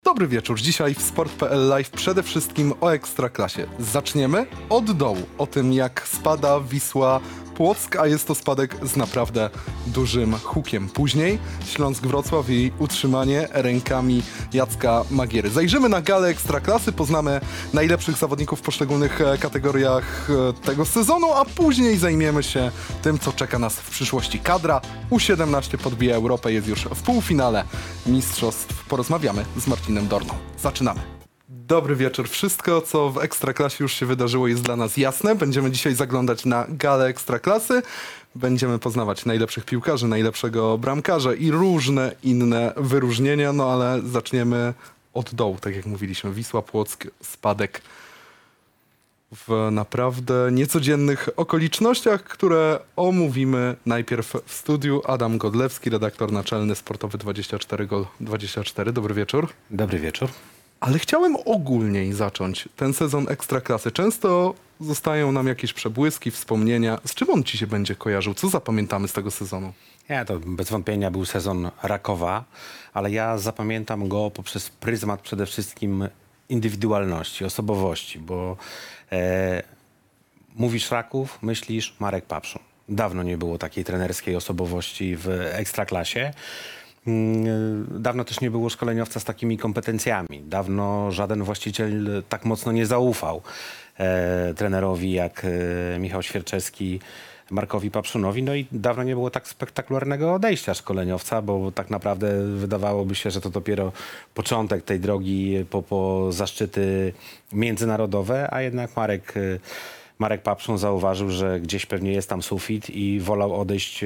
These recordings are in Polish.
Dobry wieczór. Dzisiaj w Sport.pl Live przede wszystkim o Ekstraklasie. Zaczniemy od dołu, o tym jak spada Wisła Płock, a jest to spadek z naprawdę dużym hukiem. Później Śląsk Wrocław i utrzymanie rękami Jacka Magiery. Zajrzymy na galę Ekstraklasy, poznamy najlepszych zawodników w poszczególnych kategoriach tego sezonu, a później zajmiemy się tym, co czeka nas w przyszłości. Kadra U17 podbija Europę, jest już w półfinale mistrzostw. Porozmawiamy z Marcinem Dorną. Zaczynamy. Dobry wieczór. Wszystko, co w Ekstraklasie już się wydarzyło, jest dla nas jasne. Będziemy dzisiaj zaglądać na galę Ekstraklasy. Będziemy poznawać najlepszych piłkarzy, najlepszego bramkarza i różne inne wyróżnienia. No ale zaczniemy od dołu, tak jak mówiliśmy. Wisła Płock, spadek w naprawdę niecodziennych okolicznościach, które omówimy najpierw w studiu. Adam Godlewski, redaktor naczelny Sportowy 24 Gol 24. Dobry wieczór. Dobry wieczór. Ale chciałem ogólniej zacząć ten sezon Ekstraklasy. Często zostają nam jakieś przebłyski, wspomnienia. Z czym on ci się będzie kojarzył? Co zapamiętamy z tego sezonu? Nie, to bez wątpienia był sezon Rakowa, ale ja zapamiętam go poprzez pryzmat przede wszystkim indywidualności, osobowości, bo mówisz Raków, myślisz Marek Papszun. Dawno nie było takiej trenerskiej osobowości w Ekstraklasie. Dawno też nie było szkoleniowca z takimi kompetencjami. Dawno żaden właściciel tak mocno nie zaufał trenerowi jak Michał Świerczewski Markowi Papszunowi. No i dawno nie było tak spektakularnego odejścia szkoleniowca, bo tak naprawdę wydawałoby się, że to dopiero początek tej drogi po zaszczyty międzynarodowe, a jednak Marek Papszun zauważył, że gdzieś pewnie jest tam sufit i wolał odejść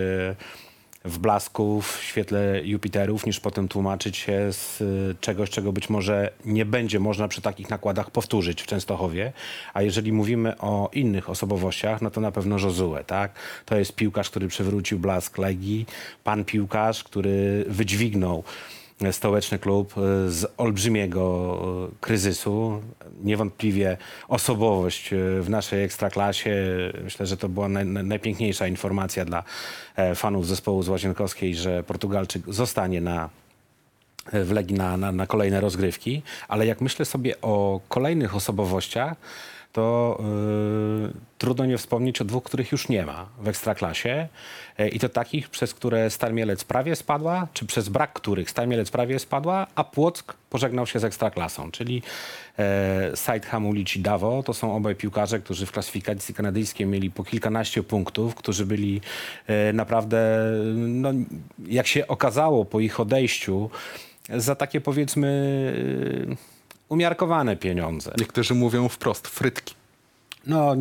w blasku, w świetle Jupiterów, niż potem tłumaczyć się z czegoś, czego być może nie będzie można przy takich nakładach powtórzyć w Częstochowie. A jeżeli mówimy o innych osobowościach, no to na pewno Josue, tak? To jest piłkarz, który przywrócił blask Legii, pan piłkarz, który wydźwignął stołeczny klub z olbrzymiego kryzysu. Niewątpliwie osobowość w naszej Ekstraklasie. Myślę, że to była najpiękniejsza informacja dla fanów zespołu z Łazienkowskiej, że Portugalczyk zostanie w Legii na kolejne rozgrywki. Ale jak myślę sobie o kolejnych osobowościach, to trudno nie wspomnieć o dwóch, których już nie ma w Ekstraklasie. I to takich, przez które Stal Mielec prawie spadła, czy przez brak których Stal Mielec prawie spadła, a Płock pożegnał się z Ekstraklasą. Czyli Said Hamulic i Dawo to są obaj piłkarze, którzy w klasyfikacji kanadyjskiej mieli po kilkanaście punktów, którzy byli naprawdę, no, jak się okazało po ich odejściu, za takie powiedzmy umiarkowane pieniądze. Niektórzy mówią wprost, frytki. No,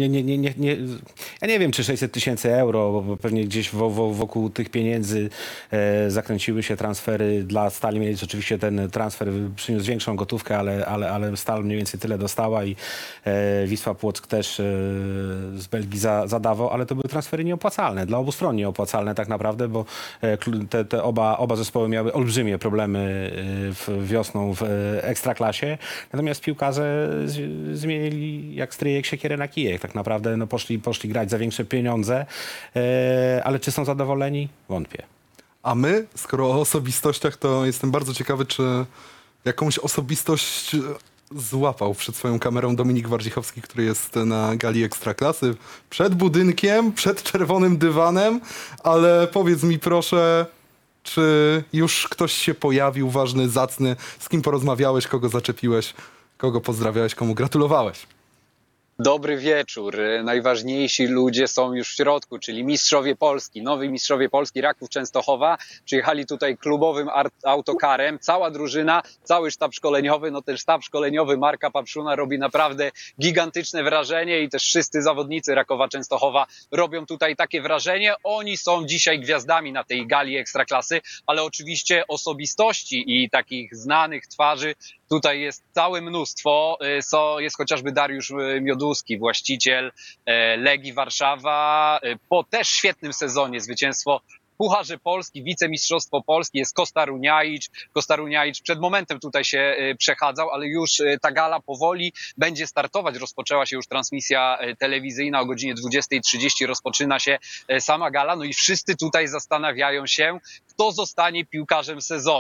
ja nie wiem, czy 600 000 euro, bo pewnie gdzieś wokół tych pieniędzy zakręciły się transfery dla Stali Mielec. Oczywiście ten transfer przyniósł większą gotówkę, ale Stal mniej więcej tyle dostała i Wisła Płock też z Belgii zadawał, ale to były transfery nieopłacalne, dla obu stron nieopłacalne tak naprawdę, bo te oba zespoły miały olbrzymie problemy wiosną w Ekstraklasie, natomiast piłkarze zmienili jak stryjek siekierę na kijek. Tak naprawdę no, poszli grać za większe pieniądze, ale czy są zadowoleni? Wątpię. A my, skoro o osobistościach, to jestem bardzo ciekawy, czy jakąś osobistość złapał przed swoją kamerą Dominik Wardzichowski, który jest na gali Ekstraklasy, przed budynkiem, przed czerwonym dywanem, ale powiedz mi proszę, czy już ktoś się pojawił ważny, zacny, z kim porozmawiałeś, kogo zaczepiłeś, kogo pozdrawiałeś, komu gratulowałeś? Dobry wieczór. Najważniejsi ludzie są już w środku, czyli mistrzowie Polski, nowi mistrzowie Polski Raków Częstochowa. Przyjechali tutaj klubowym autokarem, cała drużyna, cały sztab szkoleniowy. No ten sztab szkoleniowy Marka Papszuna robi naprawdę gigantyczne wrażenie i też wszyscy zawodnicy Rakowa Częstochowa robią tutaj takie wrażenie. Oni są dzisiaj gwiazdami na tej gali Ekstraklasy, ale oczywiście osobistości i takich znanych twarzy tutaj jest całe mnóstwo. Jest chociażby Dariusz Mioduski, właściciel Legii Warszawa. Po też świetnym sezonie, zwycięstwo w Pucharze Polski, wicemistrzostwo Polski, jest Kosta Runiaić przed momentem tutaj się przechadzał, ale już ta gala powoli będzie startować. Rozpoczęła się już transmisja telewizyjna o godzinie 20:30, rozpoczyna się sama gala, no i wszyscy tutaj zastanawiają się, kto zostanie piłkarzem sezonu.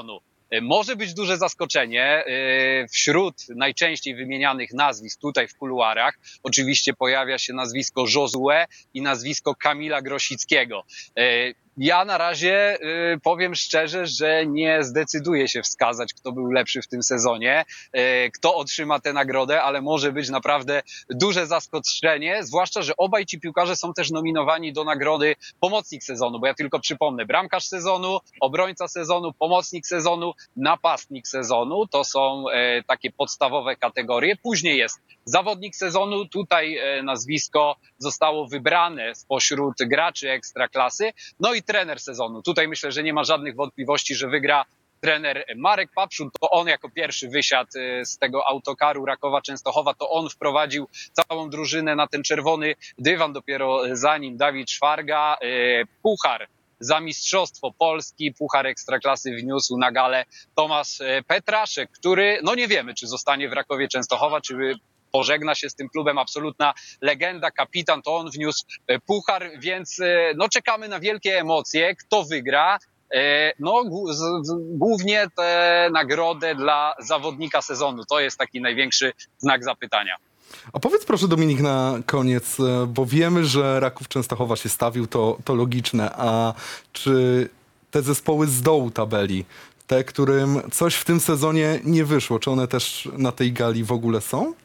Może być duże zaskoczenie wśród najczęściej wymienianych nazwisk tutaj w kuluarach. Oczywiście pojawia się nazwisko Josue i nazwisko Kamila Grosickiego. Ja na razie powiem szczerze, że nie zdecyduję się wskazać, kto był lepszy w tym sezonie, kto otrzyma tę nagrodę, ale może być naprawdę duże zaskoczenie, zwłaszcza, że obaj ci piłkarze są też nominowani do nagrody pomocnik sezonu, bo ja tylko przypomnę, bramkarz sezonu, obrońca sezonu, pomocnik sezonu, napastnik sezonu, to są takie podstawowe kategorie. Później jest zawodnik sezonu, tutaj nazwisko zostało wybrane spośród graczy Ekstraklasy, no i trener sezonu. Tutaj myślę, że nie ma żadnych wątpliwości, że wygra trener Marek Papszun. To on jako pierwszy wysiadł z tego autokaru Rakowa Częstochowa, to on wprowadził całą drużynę na ten czerwony dywan, dopiero za nim Dawid Szwarga. Puchar za Mistrzostwo Polski, Puchar Ekstraklasy wniósł na galę Tomasz Petraszek, który, no nie wiemy, czy zostanie w Rakowie Częstochowa, czy pożegna się z tym klubem, absolutna legenda, kapitan, to on wniósł puchar, więc no czekamy na wielkie emocje. Kto wygra? No głównie tę nagrodę dla zawodnika sezonu. To jest taki największy znak zapytania. A powiedz proszę, Dominik, na koniec, bo wiemy, że Raków Częstochowa się stawił, to logiczne, a czy te zespoły z dołu tabeli, te, którym coś w tym sezonie nie wyszło, czy one też na tej gali w ogóle są?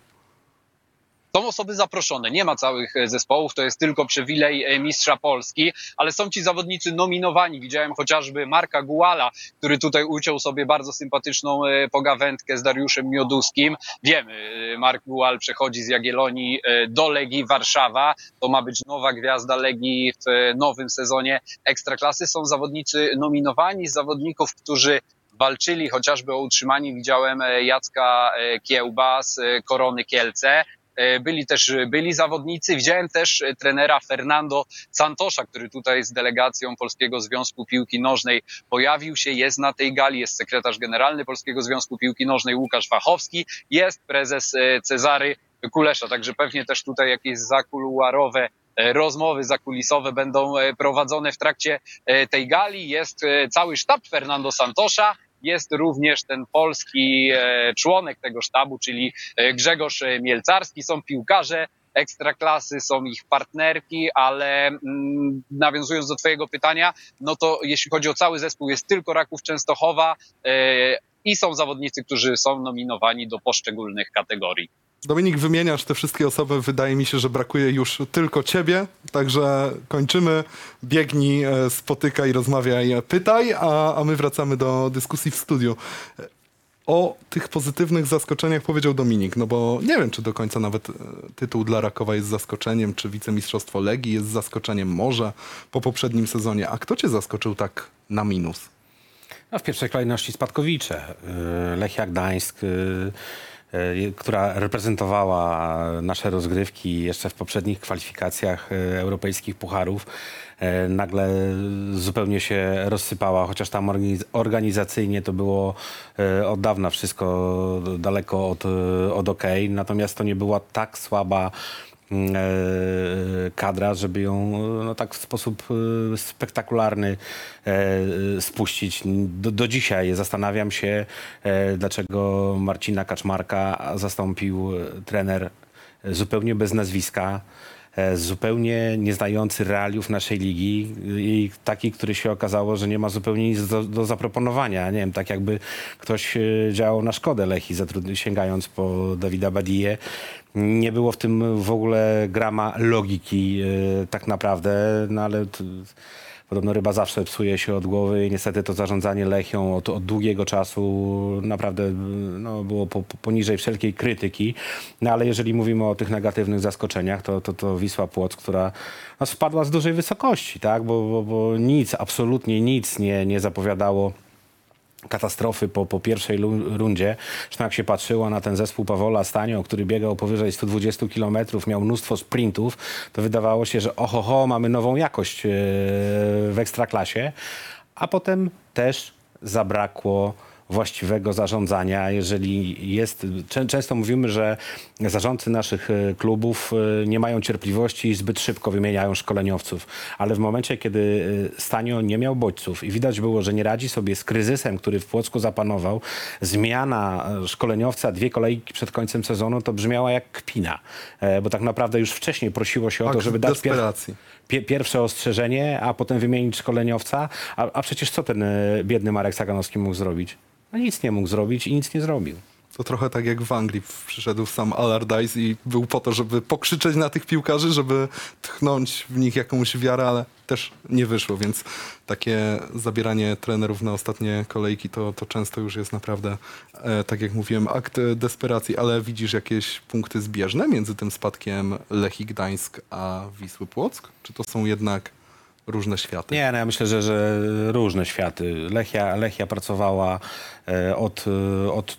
Są osoby zaproszone, nie ma całych zespołów, to jest tylko przywilej mistrza Polski, ale są ci zawodnicy nominowani. Widziałem chociażby Marka Guala, który tutaj uciął sobie bardzo sympatyczną pogawędkę z Dariuszem Mioduskim. Wiemy, Mark Gual przechodzi z Jagiellonii do Legii Warszawa. To ma być nowa gwiazda Legii w nowym sezonie Ekstraklasy. Są zawodnicy nominowani, z zawodników, którzy walczyli chociażby o utrzymanie. Widziałem Jacka Kiełba z Korony Kielce. Byli też byli zawodnicy. Widziałem też trenera Fernando Santosza, który tutaj z delegacją Polskiego Związku Piłki Nożnej pojawił się, jest na tej gali, jest sekretarz generalny Polskiego Związku Piłki Nożnej Łukasz Wachowski, jest prezes Cezary Kulesza, także pewnie też tutaj jakieś zakuluarowe rozmowy zakulisowe będą prowadzone w trakcie tej gali. Jest cały sztab Fernando Santosza. Jest również ten polski członek tego sztabu, czyli Grzegorz Mielcarski. Są piłkarze Ekstraklasy, są ich partnerki, ale nawiązując do twojego pytania, no to jeśli chodzi o cały zespół, jest tylko Raków Częstochowa i są zawodnicy, którzy są nominowani do poszczególnych kategorii. Dominik, wymieniasz te wszystkie osoby, wydaje mi się, że brakuje już tylko ciebie, także kończymy, biegnij, spotykaj, rozmawiaj, pytaj, a my wracamy do dyskusji w studiu. O tych pozytywnych zaskoczeniach powiedział Dominik, no bo nie wiem, czy do końca nawet tytuł dla Rakowa jest zaskoczeniem, czy wicemistrzostwo Legii jest zaskoczeniem, może po poprzednim sezonie. A kto cię zaskoczył tak na minus? No, w pierwszej kolejności Spadkowicze, Lechia Gdańsk, która reprezentowała nasze rozgrywki jeszcze w poprzednich kwalifikacjach europejskich pucharów, nagle zupełnie się rozsypała, chociaż tam organizacyjnie to było od dawna wszystko daleko od okej. Natomiast to nie była tak słaba kadra, żeby ją no, tak w sposób spektakularny spuścić. Do dzisiaj zastanawiam się, dlaczego Marcina Kaczmarka zastąpił trener zupełnie bez nazwiska, zupełnie nieznający realiów naszej ligi i taki, który się okazało, że nie ma zupełnie nic do zaproponowania. Nie wiem, tak jakby ktoś działał na szkodę Lechii, sięgając po Dawida Badije. Nie było w tym w ogóle grama logiki tak naprawdę, no ale podobno ryba zawsze psuje się od głowy i niestety to zarządzanie Lechią od długiego czasu naprawdę no, było poniżej wszelkiej krytyki. No ale jeżeli mówimy o tych negatywnych zaskoczeniach, to Wisła Płock, która no, spadła z dużej wysokości, tak? Bo nic, absolutnie nic nie zapowiadało katastrofy po pierwszej rundzie. Zresztą jak się patrzyło na ten zespół Pawola Stanio, który biegał powyżej 120 km, miał mnóstwo sprintów, to wydawało się, że ohoho, mamy nową jakość w Ekstraklasie, a potem też zabrakło właściwego zarządzania. Jeżeli jest, często mówimy, że zarządcy naszych klubów nie mają cierpliwości i zbyt szybko wymieniają szkoleniowców, ale w momencie, kiedy Stanio nie miał bodźców i widać było, że nie radzi sobie z kryzysem, który w Płocku zapanował, zmiana szkoleniowca 2 kolejki przed końcem sezonu to brzmiała jak kpina, bo tak naprawdę już wcześniej prosiło się o to, żeby dać pierwsze ostrzeżenie, a potem wymienić szkoleniowca, a przecież co ten biedny Marek Saganowski mógł zrobić? No nic nie mógł zrobić i nic nie zrobił. To trochę tak jak w Anglii przyszedł sam Allardyce i był po to, żeby pokrzyczeć na tych piłkarzy, żeby tchnąć w nich jakąś wiarę, ale też nie wyszło, więc takie zabieranie trenerów na ostatnie kolejki to często już jest naprawdę, tak jak mówiłem, akt desperacji, ale widzisz jakieś punkty zbieżne między tym spadkiem Lechii Gdańsk a Wisły Płock? Czy to są jednak różne światy? Nie, no ja myślę, że różne światy. Lechia pracowała od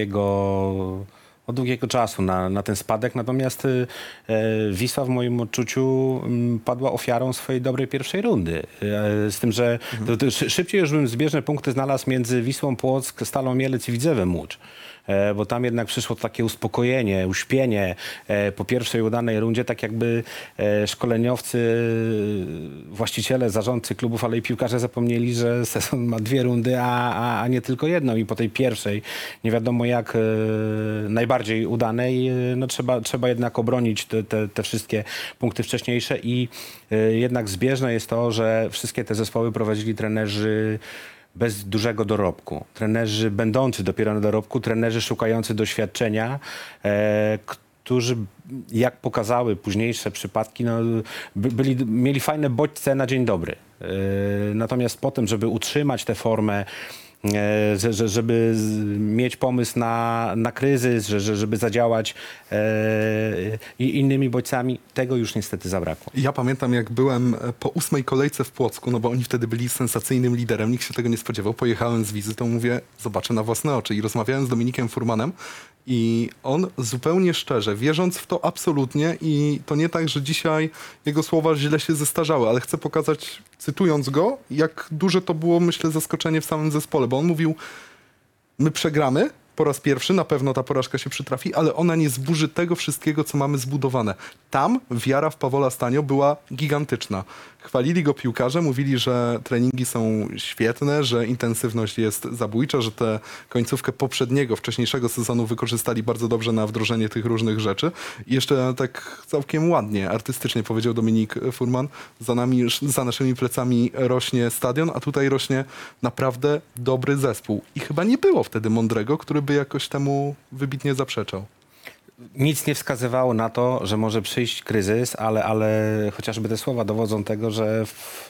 długiego czasu na ten spadek, natomiast Wisła w moim odczuciu padła ofiarą swojej dobrej pierwszej rundy. Z tym, że szybciej już bym zbieżne punkty znalazł między Wisłą Płock, Stalą Mielec i Widzewem Łódź. Bo tam jednak przyszło takie uspokojenie, uśpienie po pierwszej udanej rundzie, tak jakby szkoleniowcy, właściciele, zarządcy klubów, ale i piłkarze zapomnieli, że sezon ma 2 rundy, a nie tylko jedną i po tej pierwszej, nie wiadomo jak najbardziej udanej, no trzeba jednak obronić te wszystkie punkty wcześniejsze i jednak zbieżne jest to, że wszystkie te zespoły prowadzili trenerzy bez dużego dorobku. Trenerzy będący dopiero na dorobku, trenerzy szukający doświadczenia, którzy, jak pokazały późniejsze przypadki, no, mieli fajne bodźce na dzień dobry. Natomiast potem, żeby utrzymać tę formę, żeby mieć pomysł na kryzys, żeby zadziałać innymi bodźcami, tego już niestety zabrakło. Ja pamiętam, jak byłem po 8. kolejce w Płocku, no bo oni wtedy byli sensacyjnym liderem, nikt się tego nie spodziewał. Pojechałem z wizytą, mówię, zobaczę na własne oczy i rozmawiałem z Dominikiem Furmanem i on zupełnie szczerze, wierząc w to absolutnie i to nie tak, że dzisiaj jego słowa źle się zestarzały, ale chcę pokazać, cytując go, jak duże to było, myślę, zaskoczenie w samym zespole, bo on mówił, my przegramy po raz pierwszy, na pewno ta porażka się przytrafi, ale ona nie zburzy tego wszystkiego, co mamy zbudowane. Tam wiara w Pawła Stanio była gigantyczna. Chwalili go piłkarze, mówili, że treningi są świetne, że intensywność jest zabójcza, że tę końcówkę poprzedniego, wcześniejszego sezonu wykorzystali bardzo dobrze na wdrożenie tych różnych rzeczy. I jeszcze tak całkiem ładnie, artystycznie powiedział Dominik Furman, za naszymi plecami rośnie stadion, a tutaj rośnie naprawdę dobry zespół. I chyba nie było wtedy mądrego, który by jakoś temu wybitnie zaprzeczał. Nic nie wskazywało na to, że może przyjść kryzys, ale chociażby te słowa dowodzą tego, że w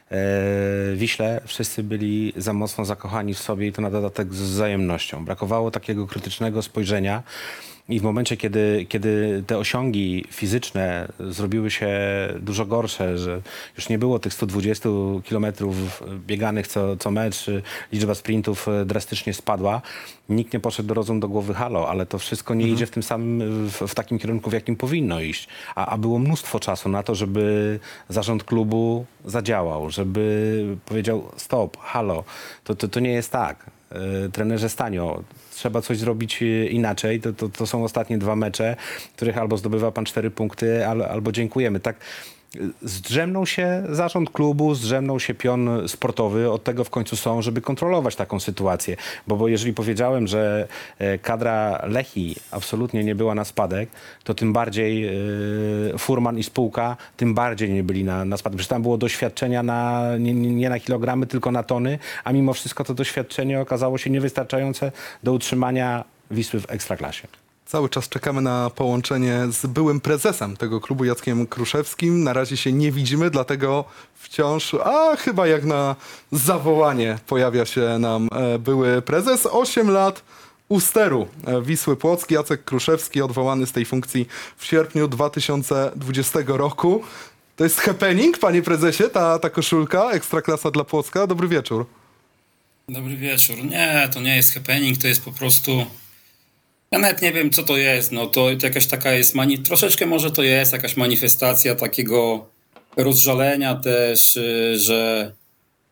Wiśle wszyscy byli za mocno zakochani w sobie i to na dodatek z wzajemnością. Brakowało takiego krytycznego spojrzenia i w momencie, kiedy te osiągi fizyczne zrobiły się dużo gorsze, że już nie było tych 120 kilometrów bieganych co mecz, liczba sprintów drastycznie spadła, nikt nie poszedł do rozumu do głowy, halo, ale to wszystko nie idzie w tym samym, w takim kierunku, w jakim powinno iść. A było mnóstwo czasu na to, żeby zarząd klubu zadziałał, żeby powiedział stop, halo, to nie jest tak. Trenerze Stanio, trzeba coś zrobić inaczej. To są ostatnie 2 mecze, w których albo zdobywa pan 4 punkty, albo dziękujemy. Tak zdrzemnął się zarząd klubu, zdrzemnął się pion sportowy. Od tego w końcu są, żeby kontrolować taką sytuację. Bo jeżeli powiedziałem, że kadra Lechii absolutnie nie była na spadek, to tym bardziej Furman i spółka tym bardziej nie byli na spadek. Przecież tam było doświadczenia nie na kilogramy, tylko na tony, a mimo wszystko to doświadczenie okazało się niewystarczające do utrzymania Wisły w Ekstraklasie. Cały czas czekamy na połączenie z byłym prezesem tego klubu, Jackiem Kruszewskim. Na razie się nie widzimy, dlatego wciąż, chyba jak na zawołanie pojawia się nam były prezes. 8 lat u steru Wisły Płock, Jacek Kruszewski, odwołany z tej funkcji w sierpniu 2020 roku. To jest happening, panie prezesie, ta koszulka, Ekstraklasa dla Płocka. Dobry wieczór. Dobry wieczór. Nie, to nie jest happening, to jest po prostu... Ja nawet nie wiem, co to jest. No to jakaś taka jest, troszeczkę może to jest jakaś manifestacja takiego rozżalenia też, że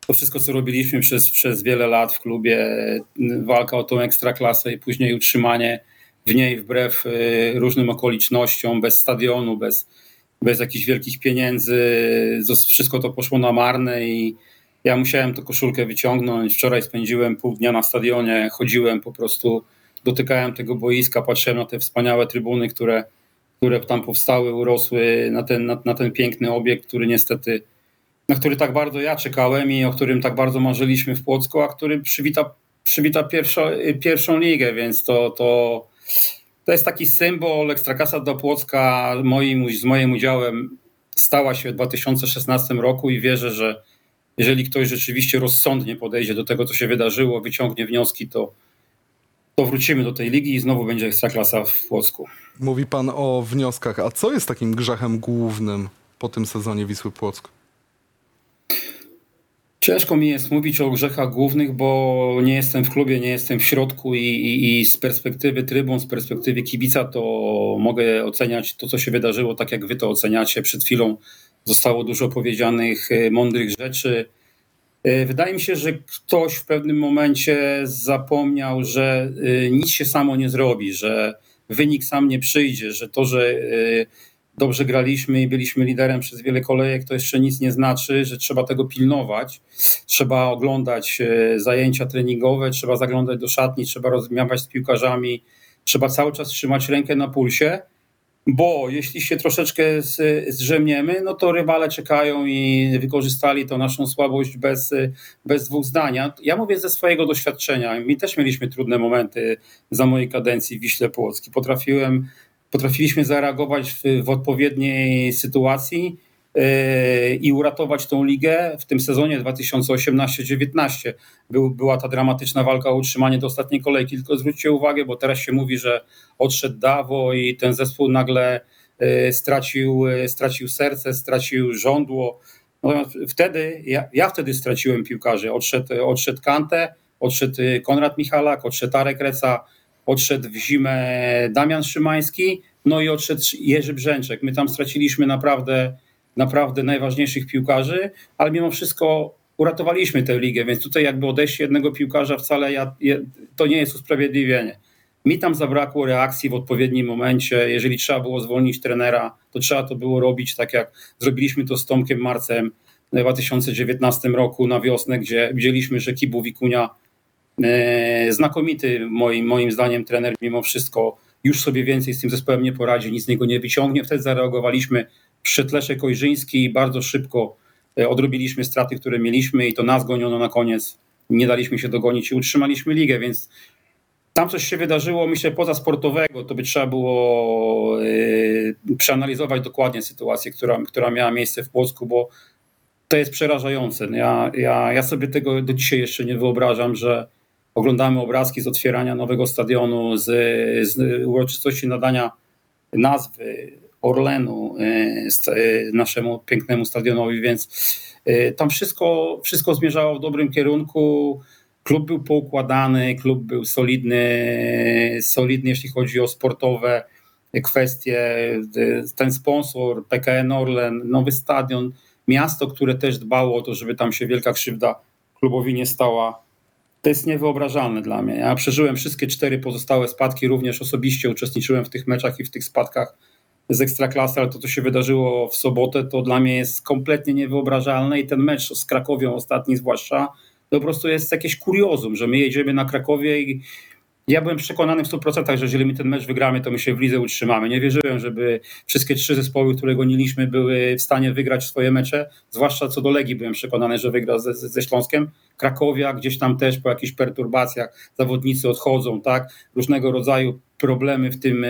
to wszystko, co robiliśmy przez wiele lat w klubie, walka o tą ekstraklasę i później utrzymanie w niej wbrew różnym okolicznościom, bez stadionu, bez jakichś wielkich pieniędzy, wszystko to poszło na marne i ja musiałem tę koszulkę wyciągnąć. Wczoraj spędziłem pół dnia na stadionie, chodziłem po prostu, dotykałem tego boiska, patrzyłem na te wspaniałe trybuny, które tam powstały, urosły, na ten piękny obiekt, który niestety, na który tak bardzo ja czekałem i o którym tak bardzo marzyliśmy w Płocku, a który przywita pierwszą ligę, więc to jest taki symbol. Ekstraklasa do Płocka z moim udziałem stała się w 2016 roku i wierzę, że jeżeli ktoś rzeczywiście rozsądnie podejdzie do tego, co się wydarzyło, wyciągnie wnioski, to wrócimy do tej ligi i znowu będzie Ekstraklasa w Płocku. Mówi pan o wnioskach, a co jest takim grzechem głównym po tym sezonie Wisły Płock? Ciężko mi jest mówić o grzechach głównych, bo nie jestem w klubie, nie jestem w środku i z perspektywy trybun, z perspektywy kibica to mogę oceniać to, co się wydarzyło, tak jak wy to oceniacie. Przed chwilą zostało dużo powiedzianych mądrych rzeczy. Wydaje mi się, że ktoś w pewnym momencie zapomniał, że nic się samo nie zrobi, że wynik sam nie przyjdzie, że to, że dobrze graliśmy i byliśmy liderem przez wiele kolejek, to jeszcze nic nie znaczy, że trzeba tego pilnować. Trzeba oglądać zajęcia treningowe, trzeba zaglądać do szatni, trzeba rozmawiać z piłkarzami, trzeba cały czas trzymać rękę na pulsie, bo jeśli się troszeczkę zrzemniemy, no to rywale czekają i wykorzystali tą naszą słabość bez dwóch zdań. Ja mówię ze swojego doświadczenia. My też mieliśmy trudne momenty za mojej kadencji w Wiśle Płocki. Potrafiliśmy zareagować w odpowiedniej sytuacji i uratować tą ligę w tym sezonie 2018-19. Była ta dramatyczna walka o utrzymanie do ostatniej kolejki, tylko zwróćcie uwagę, bo teraz się mówi, że odszedł Dawo i ten zespół nagle stracił serce, stracił żądło. Natomiast ja wtedy straciłem piłkarzy. Odszedł Kante, odszedł Konrad Michalak, odszedł Arek Reca, odszedł w zimę Damian Szymański, no i odszedł Jerzy Brzęczek. My tam straciliśmy naprawdę najważniejszych piłkarzy, ale mimo wszystko uratowaliśmy tę ligę, więc tutaj jakby odejście jednego piłkarza wcale to nie jest usprawiedliwienie. Mi tam zabrakło reakcji w odpowiednim momencie. Jeżeli trzeba było zwolnić trenera, to trzeba to było robić tak jak zrobiliśmy to z Tomkiem Marcem w 2019 roku na wiosnę, gdzie widzieliśmy, że Kibu Wikunia, znakomity moim zdaniem trener, mimo wszystko już sobie więcej z tym zespołem nie poradzi, nic z niego nie wyciągnie. Wtedy zareagowaliśmy. Przyszedł Leszek Ojrzyński i bardzo szybko odrobiliśmy straty, które mieliśmy i to nas goniono na koniec. Nie daliśmy się dogonić i utrzymaliśmy ligę, więc tam coś się wydarzyło, myślę, poza sportowego, to by trzeba było przeanalizować dokładnie sytuację, która miała miejsce w Płocku, bo to jest przerażające. Ja sobie tego do dzisiaj jeszcze nie wyobrażam, że oglądamy obrazki z otwierania nowego stadionu, z uroczystości nadania nazwy Orlenu naszemu pięknemu stadionowi, więc tam wszystko zmierzało w dobrym kierunku. Klub był poukładany, klub był solidny jeśli chodzi o sportowe kwestie. Ten sponsor, PKN Orlen, nowy stadion, miasto, które też dbało o to, żeby tam się wielka krzywda klubowi nie stała. To jest niewyobrażalne dla mnie. Ja przeżyłem wszystkie 4 pozostałe spadki, również osobiście uczestniczyłem w tych meczach i w tych spadkach z Ekstraklasy, ale to, co się wydarzyło w sobotę, to dla mnie jest kompletnie niewyobrażalne i ten mecz z Krakowią ostatni zwłaszcza, to po prostu jest jakieś kuriozum, że my jedziemy na Krakowie i ja byłem przekonany w 100%, że jeżeli my ten mecz wygramy, to my się w lidze utrzymamy. Nie wierzyłem, żeby wszystkie 3 zespoły, które goniliśmy, były w stanie wygrać swoje mecze, zwłaszcza co do Legii byłem przekonany, że wygra ze Śląskiem. Krakowia gdzieś tam też po jakichś perturbacjach zawodnicy odchodzą, tak? Różnego rodzaju problemy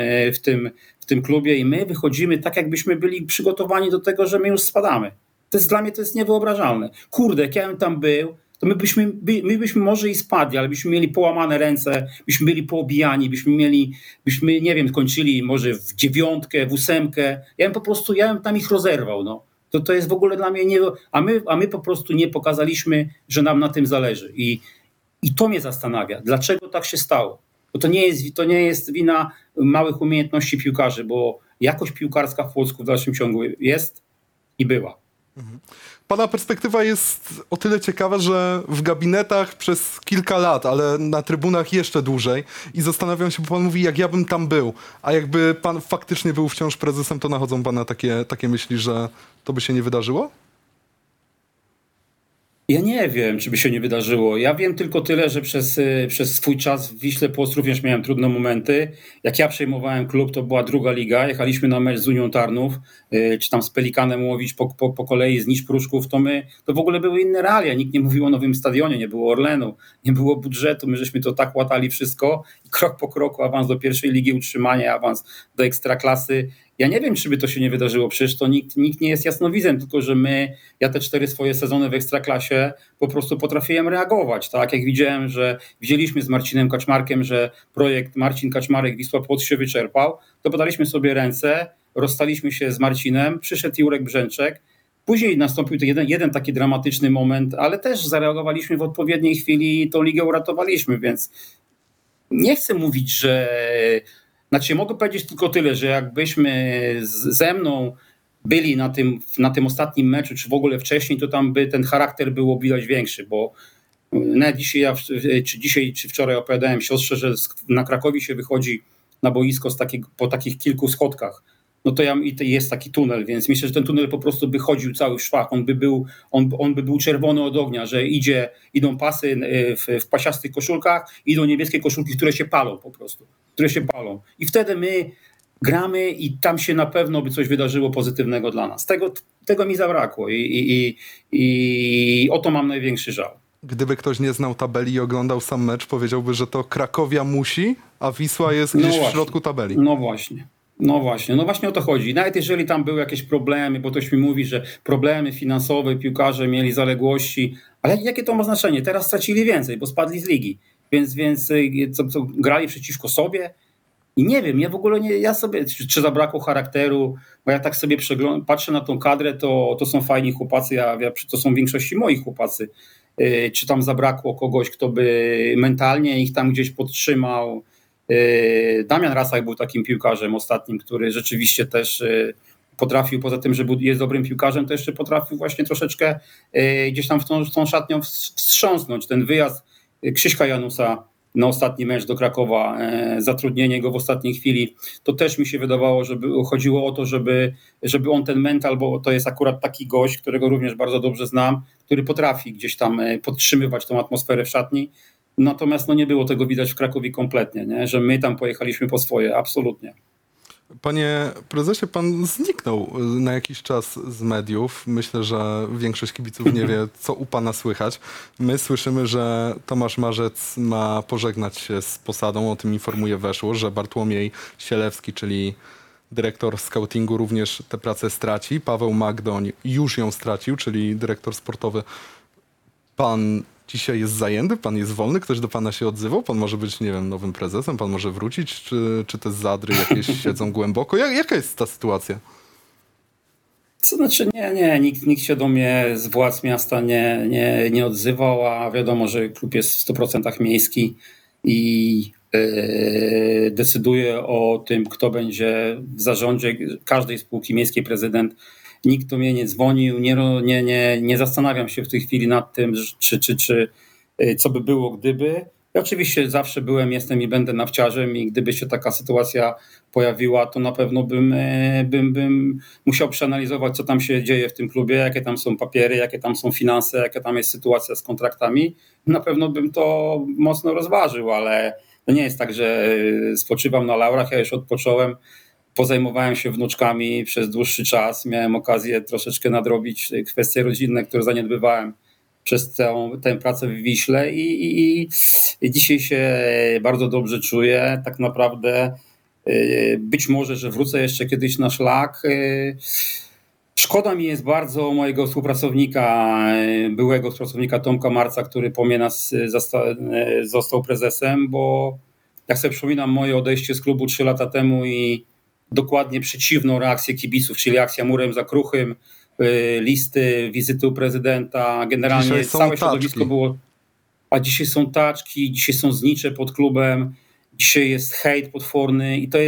w tym klubie i my wychodzimy tak, jakbyśmy byli przygotowani do tego, że my już spadamy. Dla mnie to jest niewyobrażalne. Kurde, jak ja bym tam był, to my byśmy może i spadli, ale byśmy mieli połamane ręce, byśmy byli poobijani, byśmy nie wiem, kończyli może w 9, w 8. Ja bym tam ich rozerwał. No. To jest w ogóle dla mnie a my po prostu nie pokazaliśmy, że nam na tym zależy. I to mnie zastanawia. Dlaczego tak się stało? Bo to nie jest wina małych umiejętności piłkarzy, bo jakość piłkarska w Płocku w dalszym ciągu jest i była. Pana perspektywa jest o tyle ciekawa, że w gabinetach przez kilka lat, ale na trybunach jeszcze dłużej i zastanawiam się, bo pan mówi, jak ja bym tam był, a jakby pan faktycznie był wciąż prezesem, to nachodzą pana takie myśli, że to by się nie wydarzyło? Ja nie wiem, czy by się nie wydarzyło. Ja wiem tylko tyle, że przez swój czas w Wiśle Płock również miałem trudne momenty. Jak ja przejmowałem klub, to była druga liga. Jechaliśmy na mecz z Unią Tarnów, czy tam z Pelikanem Łowicz po kolei z Niż Pruszków. To w ogóle były inne realia. Nikt nie mówił o nowym stadionie, nie było Orlenu, nie było budżetu. My żeśmy to tak łatali wszystko i krok po kroku awans do pierwszej ligi, utrzymanie, awans do ekstraklasy. Ja nie wiem, czy by to się nie wydarzyło, przecież to nikt nie jest jasnowidzem, tylko że ja te 4 swoje sezony w Ekstraklasie po prostu potrafiłem reagować, tak? Jak widzieliśmy z Marcinem Kaczmarkiem, że projekt Marcin Kaczmarek Wisła Płock się wyczerpał, to podaliśmy sobie ręce, rozstaliśmy się z Marcinem, przyszedł Jurek Brzęczek, później nastąpił jeden taki dramatyczny moment, ale też zareagowaliśmy w odpowiedniej chwili i tą ligę uratowaliśmy, więc nie chcę mówić, że... Znaczy, mogę powiedzieć tylko tyle, że jakbyśmy ze mną byli na tym ostatnim meczu, czy w ogóle wcześniej, to tam by ten charakter było widać większy, bo nawet dzisiaj, czy wczoraj opowiadałem siostrze, że na Krakowie się wychodzi na boisko po takich kilku schodkach. No to jest taki tunel, więc myślę, że ten tunel po prostu by chodził cały w szwach. On by był czerwony od ognia, że idą pasy w pasiastych koszulkach, idą niebieskie koszulki, które się palą po prostu. I wtedy my gramy i tam się na pewno by coś wydarzyło pozytywnego dla nas. Tego mi zabrakło i o to mam największy żal. Gdyby ktoś nie znał tabeli i oglądał sam mecz, powiedziałby, że to Krakowia musi, a Wisła jest gdzieś w środku tabeli. No właśnie o to chodzi. Nawet jeżeli tam były jakieś problemy, bo ktoś mi mówi, że problemy finansowe, piłkarze mieli zaległości, ale jakie to ma znaczenie? Teraz stracili więcej, bo spadli z ligi, więc co grali przeciwko sobie? I nie wiem, ja w ogóle czy zabrakło charakteru, bo ja tak sobie patrzę na tą kadrę, to są fajni chłopacy, to są w większości moi chłopacy. Czy tam zabrakło kogoś, kto by mentalnie ich tam gdzieś podtrzymał? Damian Rasach był takim piłkarzem ostatnim, który rzeczywiście też potrafił, poza tym, że jest dobrym piłkarzem, to jeszcze potrafił właśnie troszeczkę gdzieś tam w tą szatnią wstrząsnąć. Ten wyjazd Krzyśka Janusa na ostatni mecz do Krakowa, zatrudnienie go w ostatniej chwili, to też mi się wydawało, że chodziło o to, żeby on ten mental, bo to jest akurat taki gość, którego również bardzo dobrze znam, który potrafi gdzieś tam podtrzymywać tą atmosferę w szatni. Natomiast nie było tego widać w Krakowie kompletnie, nie? Że my tam pojechaliśmy po swoje, absolutnie. Panie prezesie, pan zniknął na jakiś czas z mediów. Myślę, że większość kibiców nie wie, co u pana słychać. My słyszymy, że Tomasz Marzec ma pożegnać się z posadą, o tym informuje Weszło, że Bartłomiej Sielewski, czyli dyrektor scoutingu, również tę pracę straci. Paweł Magdoń już ją stracił, czyli dyrektor sportowy. Pan dzisiaj jest zajęty, pan jest wolny, ktoś do pana się odzywał, pan może być, nie wiem, nowym prezesem, pan może wrócić, czy te zadry jakieś siedzą głęboko? Jaka jest ta sytuacja? To znaczy nie, nikt się do mnie z władz miasta nie odzywał, a wiadomo, że klub jest w 100% miejski i decyduje o tym, kto będzie w zarządzie każdej spółki miejskiej, prezydent. Nikt do mnie nie dzwonił, nie zastanawiam się w tej chwili nad tym, czy co by było, gdyby. Ja oczywiście zawsze jestem i będę nawciarzem i gdyby się taka sytuacja pojawiła, to na pewno bym musiał przeanalizować, co tam się dzieje w tym klubie, jakie tam są papiery, jakie tam są finanse, jaka tam jest sytuacja z kontraktami. Na pewno bym to mocno rozważył, ale to nie jest tak, że spoczywam na laurach, ja już odpocząłem. Pozajmowałem się wnuczkami przez dłuższy czas. Miałem okazję troszeczkę nadrobić kwestie rodzinne, które zaniedbywałem przez tę pracę w Wiśle i dzisiaj się bardzo dobrze czuję. Tak naprawdę być może, że wrócę jeszcze kiedyś na szlak. Szkoda mi jest bardzo mojego byłego współpracownika Tomka Marca, który po mnie został prezesem, bo jak sobie przypominam moje odejście z klubu 3 lata temu i dokładnie przeciwną reakcję kibiców, czyli akcja murem za Kruchym, listy, wizyty u prezydenta, generalnie całe środowisko było, a dzisiaj są taczki, dzisiaj są znicze pod klubem, dzisiaj jest hejt potworny i to jest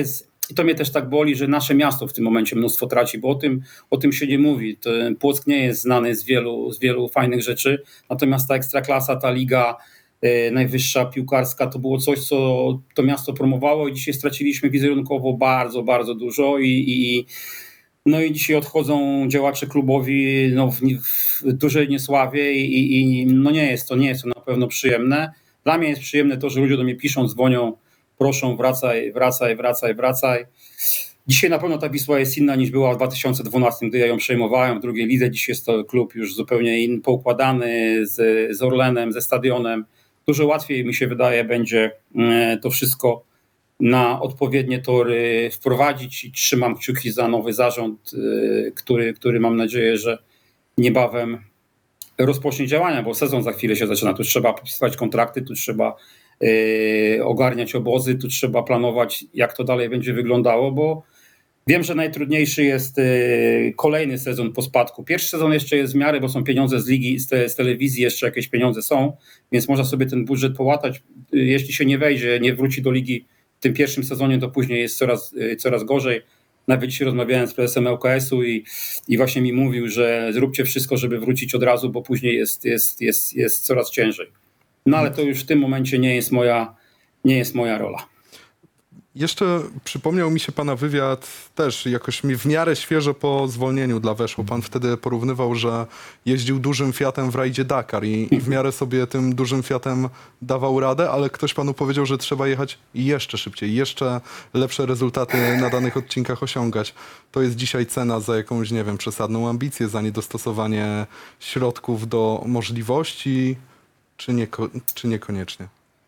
to mnie też tak boli, że nasze miasto w tym momencie mnóstwo traci, bo o tym się nie mówi. Płock nie jest znany z wielu fajnych rzeczy, natomiast ta ekstraklasa, ta liga najwyższa piłkarska to było coś, co to miasto promowało i dzisiaj straciliśmy wizerunkowo bardzo, bardzo dużo no i dzisiaj odchodzą działacze klubowi w dużej niesławie i no nie jest to na pewno przyjemne. Dla mnie jest przyjemne to, że ludzie do mnie piszą, dzwonią, proszą wracaj. Dzisiaj na pewno ta Wisła jest inna niż była w 2012, gdy ja ją przejmowałem w drugiej lidze. Dzisiaj jest to klub już zupełnie inny, poukładany z Orlenem, ze stadionem. Dużo łatwiej mi się wydaje będzie to wszystko na odpowiednie tory wprowadzić i trzymam kciuki za nowy zarząd, który mam nadzieję, że niebawem rozpocznie działania, bo sezon za chwilę się zaczyna. Tu trzeba podpisywać kontrakty, tu trzeba ogarniać obozy, tu trzeba planować, jak to dalej będzie wyglądało, bo wiem, że najtrudniejszy jest kolejny sezon po spadku. Pierwszy sezon jeszcze jest w miarę, bo są pieniądze z ligi, z telewizji jeszcze jakieś pieniądze są, więc można sobie ten budżet połatać. Jeśli się nie wejdzie, nie wróci do ligi w tym pierwszym sezonie, to później jest coraz gorzej. Nawet dzisiaj rozmawiałem z prezesem ŁKS-u i właśnie mi mówił, że zróbcie wszystko, żeby wrócić od razu, bo później jest coraz ciężej. No ale to już w tym momencie nie jest moja rola. Jeszcze przypomniał mi się pana wywiad, też jakoś mi w miarę świeżo po zwolnieniu dla Weszło. Pan wtedy porównywał, że jeździł dużym Fiatem w rajdzie Dakar i w miarę sobie tym dużym Fiatem dawał radę, ale ktoś panu powiedział, że trzeba jechać jeszcze szybciej, jeszcze lepsze rezultaty na danych odcinkach osiągać. To jest dzisiaj cena za jakąś, nie wiem, przesadną ambicję, za niedostosowanie środków do możliwości, czy niekoniecznie?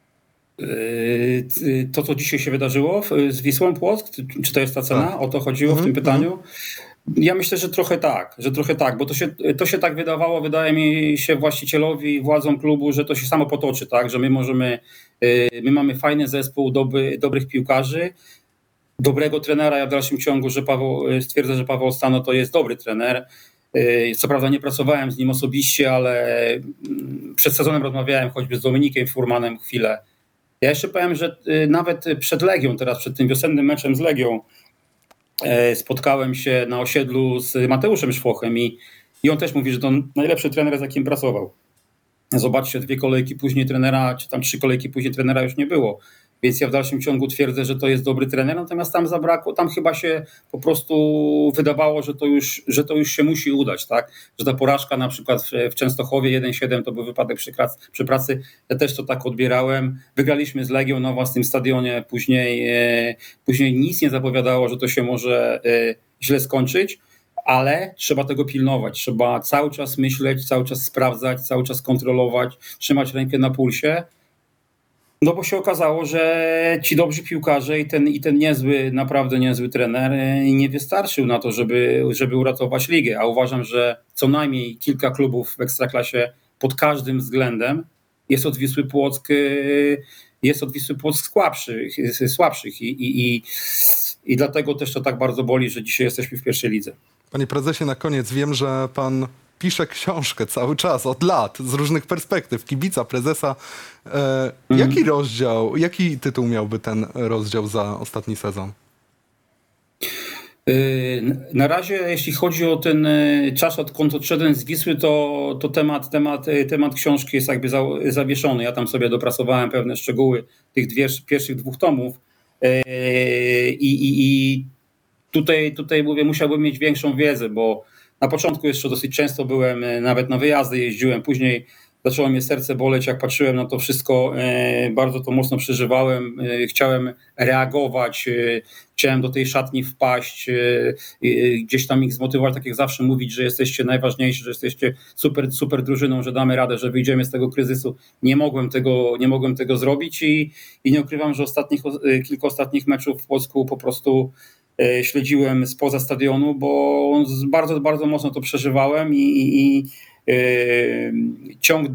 To, co dzisiaj się wydarzyło z Wisłą Płock, czy to jest ta cena? Tak. O to chodziło w tym pytaniu? Ja myślę, że trochę tak, bo to się tak wydawało, wydaje mi się właścicielowi, władzom klubu, że to się samo potoczy, tak, że my mamy fajny zespół, dobrych piłkarzy, dobrego trenera. Ja w dalszym ciągu stwierdzę, że Paweł Stano to jest dobry trener. Co prawda nie pracowałem z nim osobiście, ale przed sezonem rozmawiałem choćby z Dominikiem Furmanem chwilę. Ja jeszcze powiem, że nawet przed Legią, teraz przed tym wiosennym meczem z Legią, spotkałem się na osiedlu z Mateuszem Szwochem i on też mówi, że to najlepszy trener, z jakim pracował. Zobaczcie, 2 kolejki później trenera, czy tam 3 kolejki później trenera już nie było. Więc ja w dalszym ciągu twierdzę, że to jest dobry trener, natomiast tam zabrakło, tam chyba się po prostu wydawało, że to już się musi udać, tak? Że ta porażka na przykład w Częstochowie 1-7 to był wypadek przy pracy. Ja też to tak odbierałem. Wygraliśmy z Legią na własnym stadionie, później nic nie zapowiadało, że to się może źle skończyć, ale trzeba tego pilnować. Trzeba cały czas myśleć, cały czas sprawdzać, cały czas kontrolować, trzymać rękę na pulsie. No bo się okazało, że ci dobrzy piłkarze i ten naprawdę niezły trener nie wystarczył na to, żeby uratować ligę. A uważam, że co najmniej kilka klubów w Ekstraklasie pod każdym względem jest od Wisły Płock słabszych i dlatego też to tak bardzo boli, że dzisiaj jesteśmy w pierwszej lidze. Panie prezesie, na koniec wiem, że pan pisze książkę cały czas, od lat, z różnych perspektyw, kibica, prezesa. Jaki tytuł miałby ten rozdział za ostatni sezon? Na razie, jeśli chodzi o ten czas, odkąd odszedłem z Wisły, to temat książki jest jakby zawieszony. Ja tam sobie dopracowałem pewne szczegóły tych pierwszych 2 tomów i tutaj mówię, musiałbym mieć większą wiedzę, bo na początku jeszcze dosyć często byłem, nawet na wyjazdy jeździłem, później zaczęło mnie serce boleć, jak patrzyłem na to wszystko, bardzo to mocno przeżywałem, chciałem reagować, chciałem do tej szatni wpaść, gdzieś tam ich zmotywować, tak jak zawsze mówić, że jesteście najważniejsi, że jesteście super drużyną, że damy radę, że wyjdziemy z tego kryzysu. Nie mogłem tego zrobić i nie ukrywam, że kilka ostatnich meczów w Płocku po prostu śledziłem spoza stadionu, bo bardzo, bardzo mocno to przeżywałem i ciąg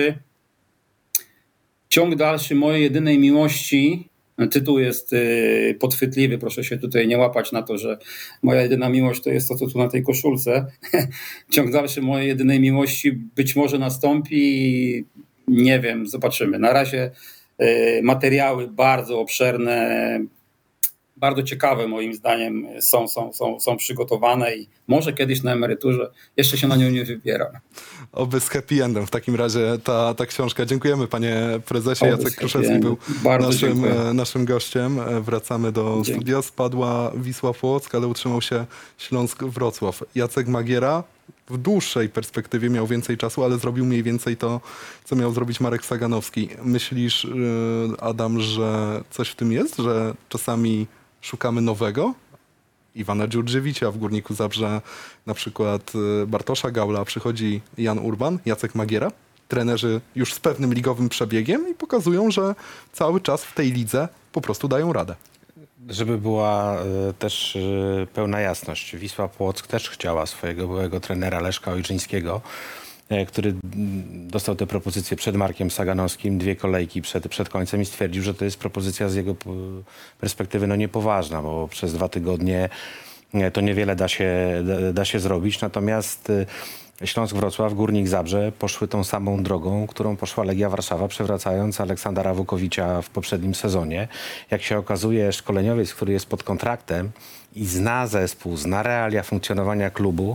dalszy mojej jedynej miłości, tytuł jest podchwytliwy, proszę się tutaj nie łapać na to, że moja jedyna miłość to jest to, co tu na tej koszulce. Ciąg dalszy mojej jedynej miłości być może nastąpi, nie wiem, zobaczymy. Na razie materiały bardzo obszerne, bardzo ciekawe moim zdaniem są przygotowane i może kiedyś na emeryturze jeszcze się na nią nie wybieram. Oby z happy endem w takim razie ta książka. Dziękujemy panie prezesie. Oby Jacek z Kruszewski happy był endem. naszym gościem. Wracamy do studia. Spadła Wisła Płock, ale utrzymał się Śląsk Wrocław. Jacek Magiera w dłuższej perspektywie miał więcej czasu, ale zrobił mniej więcej to, co miał zrobić Marek Saganowski. Myślisz, Adam, że coś w tym jest, że czasami szukamy nowego? Iwana Dziurdziewicia w Górniku Zabrze, na przykład Bartosza Gaula, przychodzi Jan Urban, Jacek Magiera, trenerzy już z pewnym ligowym przebiegiem i pokazują, że cały czas w tej lidze po prostu dają radę. Żeby była też pełna jasność, Wisła Płock też chciała swojego byłego trenera Leszka Ojrzyńskiego, który dostał tę propozycję przed Markiem Saganowskim, 2 kolejki przed końcem i stwierdził, że to jest propozycja z jego perspektywy niepoważna, bo przez 2 tygodnie to niewiele da się zrobić. Natomiast Śląsk Wrocław, Górnik Zabrze poszły tą samą drogą, którą poszła Legia Warszawa, przewracając Aleksandra Wukowicza w poprzednim sezonie. Jak się okazuje, szkoleniowiec, który jest pod kontraktem i zna zespół, zna realia funkcjonowania klubu,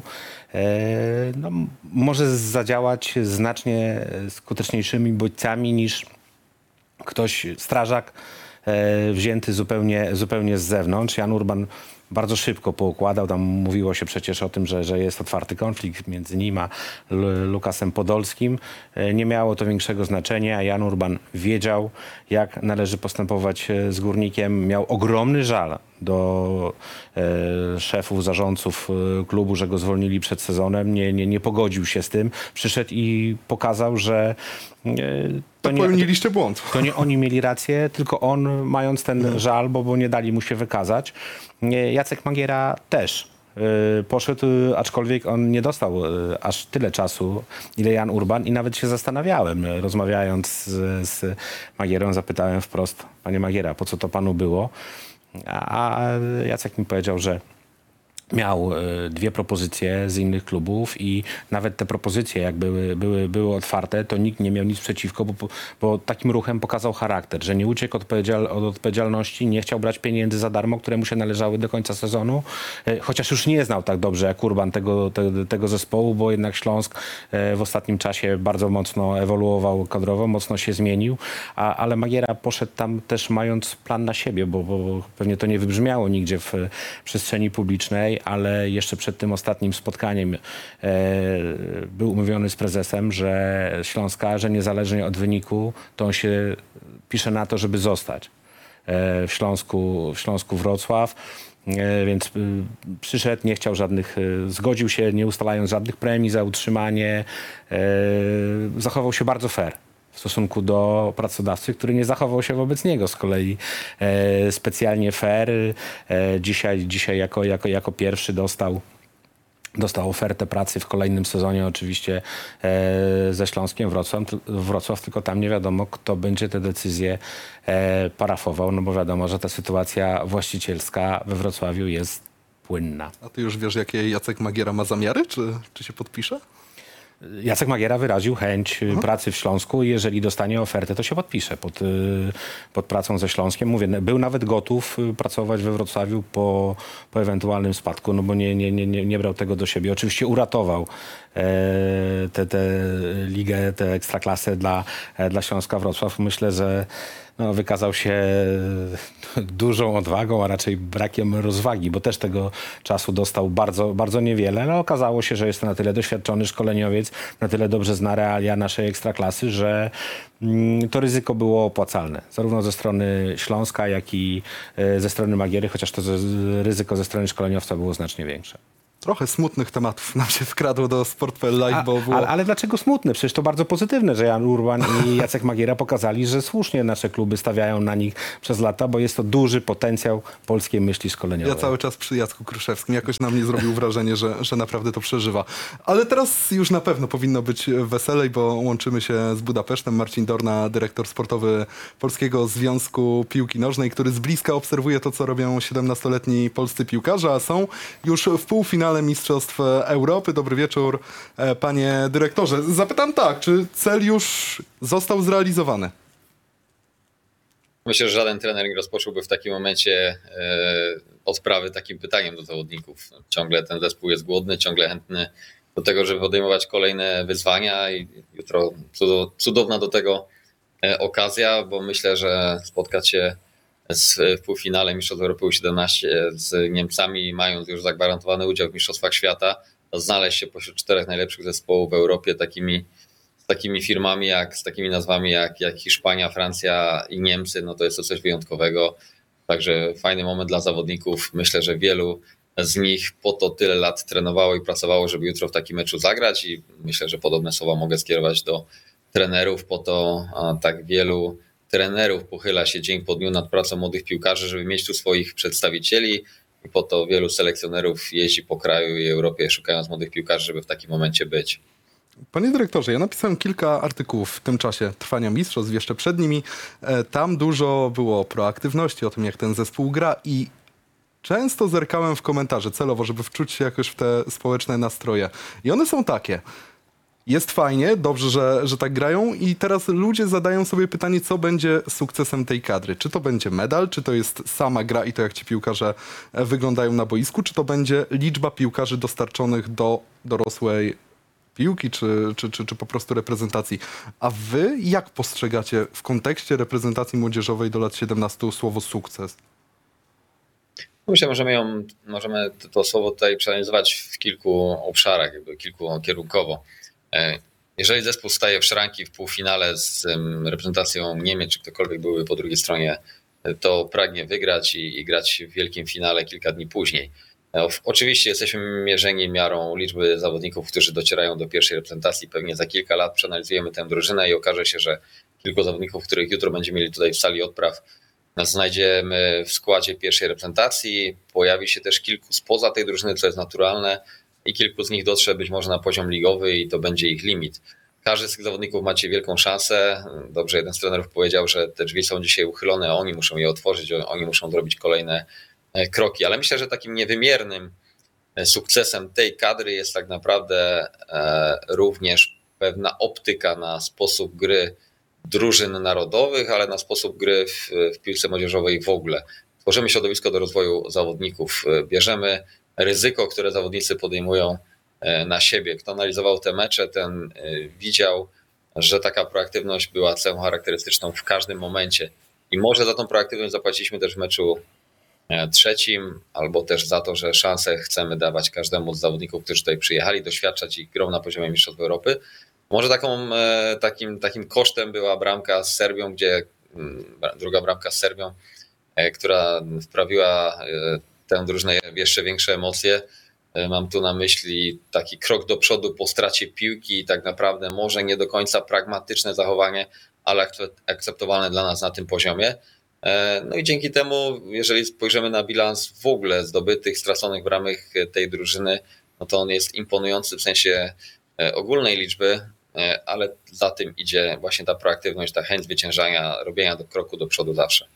może zadziałać znacznie skuteczniejszymi bodźcami niż ktoś, strażak wzięty zupełnie z zewnątrz. Jan Urban bardzo szybko poukładał. Tam mówiło się przecież o tym, że jest otwarty konflikt między nim a Lukasem Podolskim. Nie miało to większego znaczenia. Jan Urban wiedział, jak należy postępować z Górnikiem. Miał ogromny żal do szefów, zarządców klubu, że go zwolnili przed sezonem. Nie pogodził się z tym. Przyszedł i pokazał, że Popełniliście błąd. To nie oni mieli rację, tylko on, mając ten żal, bo nie dali mu się wykazać. Jacek Magiera też poszedł, aczkolwiek on nie dostał aż tyle czasu, ile Jan Urban i nawet się zastanawiałem, rozmawiając z Magierą, zapytałem wprost: panie Magiera, po co to panu było? A Jacek mi powiedział, że miał 2 propozycje z innych klubów i nawet te propozycje, jak były otwarte, to nikt nie miał nic przeciwko, bo takim ruchem pokazał charakter, że nie uciekł od odpowiedzialności, nie chciał brać pieniędzy za darmo, które mu się należały do końca sezonu, chociaż już nie znał tak dobrze jak Urban tego zespołu, bo jednak Śląsk w ostatnim czasie bardzo mocno ewoluował kadrowo, mocno się zmienił, ale Magiera poszedł tam też mając plan na siebie, bo pewnie to nie wybrzmiało nigdzie w przestrzeni publicznej, ale jeszcze przed tym ostatnim spotkaniem był umówiony z prezesem, że Śląska, że niezależnie od wyniku, to on się pisze na to, żeby zostać w Śląsku Wrocław. Więc przyszedł, nie chciał zgodził się, nie ustalając żadnych premii za utrzymanie. Zachował się bardzo fair w stosunku do pracodawcy, który nie zachował się wobec niego z kolei specjalnie fair. Dzisiaj jako pierwszy dostał ofertę pracy w kolejnym sezonie oczywiście ze Śląskiem Wrocław, tylko tam nie wiadomo, kto będzie te decyzje parafował, no bo wiadomo, że ta sytuacja właścicielska we Wrocławiu jest płynna. A ty już wiesz, jakie Jacek Magiera ma zamiary? Czy się podpisze? Jacek Magiera wyraził chęć pracy w Śląsku i jeżeli dostanie ofertę, to się podpisze pod pracą ze Śląskiem. Mówię, był nawet gotów pracować we Wrocławiu po ewentualnym spadku, no bo nie brał tego do siebie. Oczywiście uratował tę ligę, tę ekstraklasę dla Śląska Wrocław. Myślę, że wykazał się dużą odwagą, a raczej brakiem rozwagi, bo też tego czasu dostał bardzo, bardzo niewiele, ale okazało się, że jest to na tyle doświadczony szkoleniowiec, na tyle dobrze zna realia naszej ekstraklasy, że to ryzyko było opłacalne. Zarówno ze strony Śląska, jak i ze strony Magiery, chociaż to ryzyko ze strony szkoleniowca było znacznie większe. Trochę smutnych tematów nam się wkradło do Sport.pl Live, bo było... Ale dlaczego smutne? Przecież to bardzo pozytywne, że Jan Urban i Jacek Magiera pokazali, że słusznie nasze kluby stawiają na nich przez lata, bo jest to duży potencjał polskiej myśli szkoleniowej. Ja cały czas przy Jacku Kruszewskim. Jakoś na mnie zrobił wrażenie, że naprawdę to przeżywa. Ale teraz już na pewno powinno być weselej, bo łączymy się z Budapesztem. Marcin Dorna, dyrektor sportowy Polskiego Związku Piłki Nożnej, który z bliska obserwuje to, co robią 17-letni polscy piłkarze, a są już w półfinale Mistrzostw Europy. Dobry wieczór, panie dyrektorze. Zapytam tak, czy cel już został zrealizowany? Myślę, że żaden trener nie rozpocząłby w takim momencie odprawy takim pytaniem do zawodników. Ciągle ten zespół jest głodny, ciągle chętny do tego, żeby podejmować kolejne wyzwania i jutro cudowna do tego okazja, bo myślę, że spotkać się w półfinale Mistrzostw Europy U17 z Niemcami, mając już zagwarantowany udział w Mistrzostwach Świata, znaleźć się pośród 4 najlepszych zespołów w Europie z takimi firmami, z takimi nazwami jak Hiszpania, Francja i Niemcy, no to jest to coś wyjątkowego. Także fajny moment dla zawodników. Myślę, że wielu z nich po to tyle lat trenowało i pracowało, żeby jutro w takim meczu zagrać i myślę, że podobne słowa mogę skierować do trenerów. Po to tak wielu trenerów pochyla się dzień po dniu nad pracą młodych piłkarzy, żeby mieć tu swoich przedstawicieli i po to wielu selekcjonerów jeździ po kraju i Europie szukając młodych piłkarzy, żeby w takim momencie być. Panie dyrektorze, ja napisałem kilka artykułów w tym czasie trwania mistrzostw, jeszcze przed nimi. Tam dużo było o proaktywności, o tym, jak ten zespół gra i często zerkałem w komentarze celowo, żeby wczuć się jakoś w te społeczne nastroje. I one są takie. Jest fajnie, dobrze, że tak grają i teraz ludzie zadają sobie pytanie, co będzie sukcesem tej kadry. Czy to będzie medal, czy to jest sama gra i to, jak ci piłkarze wyglądają na boisku, czy to będzie liczba piłkarzy dostarczonych do dorosłej piłki, czy po prostu reprezentacji. A wy jak postrzegacie w kontekście reprezentacji młodzieżowej do lat 17 słowo sukces? Myślę, możemy to słowo tutaj przeanalizować w kilku obszarach, kilkukierunkowo. Jeżeli zespół staje w szranki w półfinale z reprezentacją Niemiec, czy ktokolwiek byłby po drugiej stronie, to pragnie wygrać i grać w wielkim finale kilka dni później. Oczywiście jesteśmy mierzeni miarą liczby zawodników, którzy docierają do pierwszej reprezentacji. Pewnie za kilka lat przeanalizujemy tę drużynę i okaże się, że kilku zawodników, których jutro będziemy mieli tutaj w sali odpraw, znajdziemy w składzie pierwszej reprezentacji. Pojawi się też kilku spoza tej drużyny, co jest naturalne i kilku z nich dotrze być może na poziom ligowy i to będzie ich limit. Każdy z tych zawodników macie wielką szansę. Dobrze, jeden z trenerów powiedział, że te drzwi są dzisiaj uchylone, a oni muszą je otworzyć, oni muszą zrobić kolejne kroki, ale myślę, że takim niewymiernym sukcesem tej kadry jest tak naprawdę również pewna optyka na sposób gry drużyn narodowych, ale na sposób gry w piłce młodzieżowej w ogóle. Tworzymy środowisko do rozwoju zawodników, bierzemy ryzyko, które zawodnicy podejmują na siebie. Kto analizował te mecze, ten widział, że taka proaktywność była cechą charakterystyczną w każdym momencie i może za tą proaktywność zapłaciliśmy też w meczu trzecim, albo też za to, że szansę chcemy dawać każdemu z zawodników, którzy tutaj przyjechali, doświadczać i grą na poziomie Mistrzostw Europy. Może takim kosztem była bramka z Serbią, druga bramka z Serbią, która wprawiła tę drużynę w jeszcze większe emocje. Mam tu na myśli taki krok do przodu po stracie piłki i tak naprawdę może nie do końca pragmatyczne zachowanie, ale akceptowalne dla nas na tym poziomie. No i dzięki temu, jeżeli spojrzymy na bilans w ogóle zdobytych, straconych bramek tej drużyny, no to on jest imponujący w sensie ogólnej liczby, ale za tym idzie właśnie ta proaktywność, ta chęć zwyciężania, robienia kroku do przodu zawsze.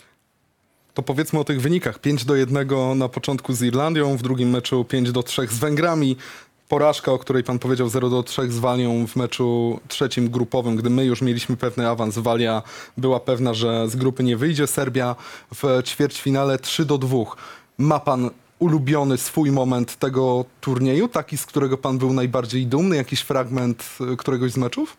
To powiedzmy o tych wynikach. 5-1 na początku z Irlandią, w drugim meczu 5-3 z Węgrami. Porażka, o której pan powiedział, 0-3 z Walią w meczu trzecim grupowym, gdy my już mieliśmy pewny awans. Walia była pewna, że z grupy nie wyjdzie. Serbia w ćwierćfinale 3-2. Ma pan ulubiony swój moment tego turnieju? Taki, z którego pan był najbardziej dumny? Jakiś fragment któregoś z meczów?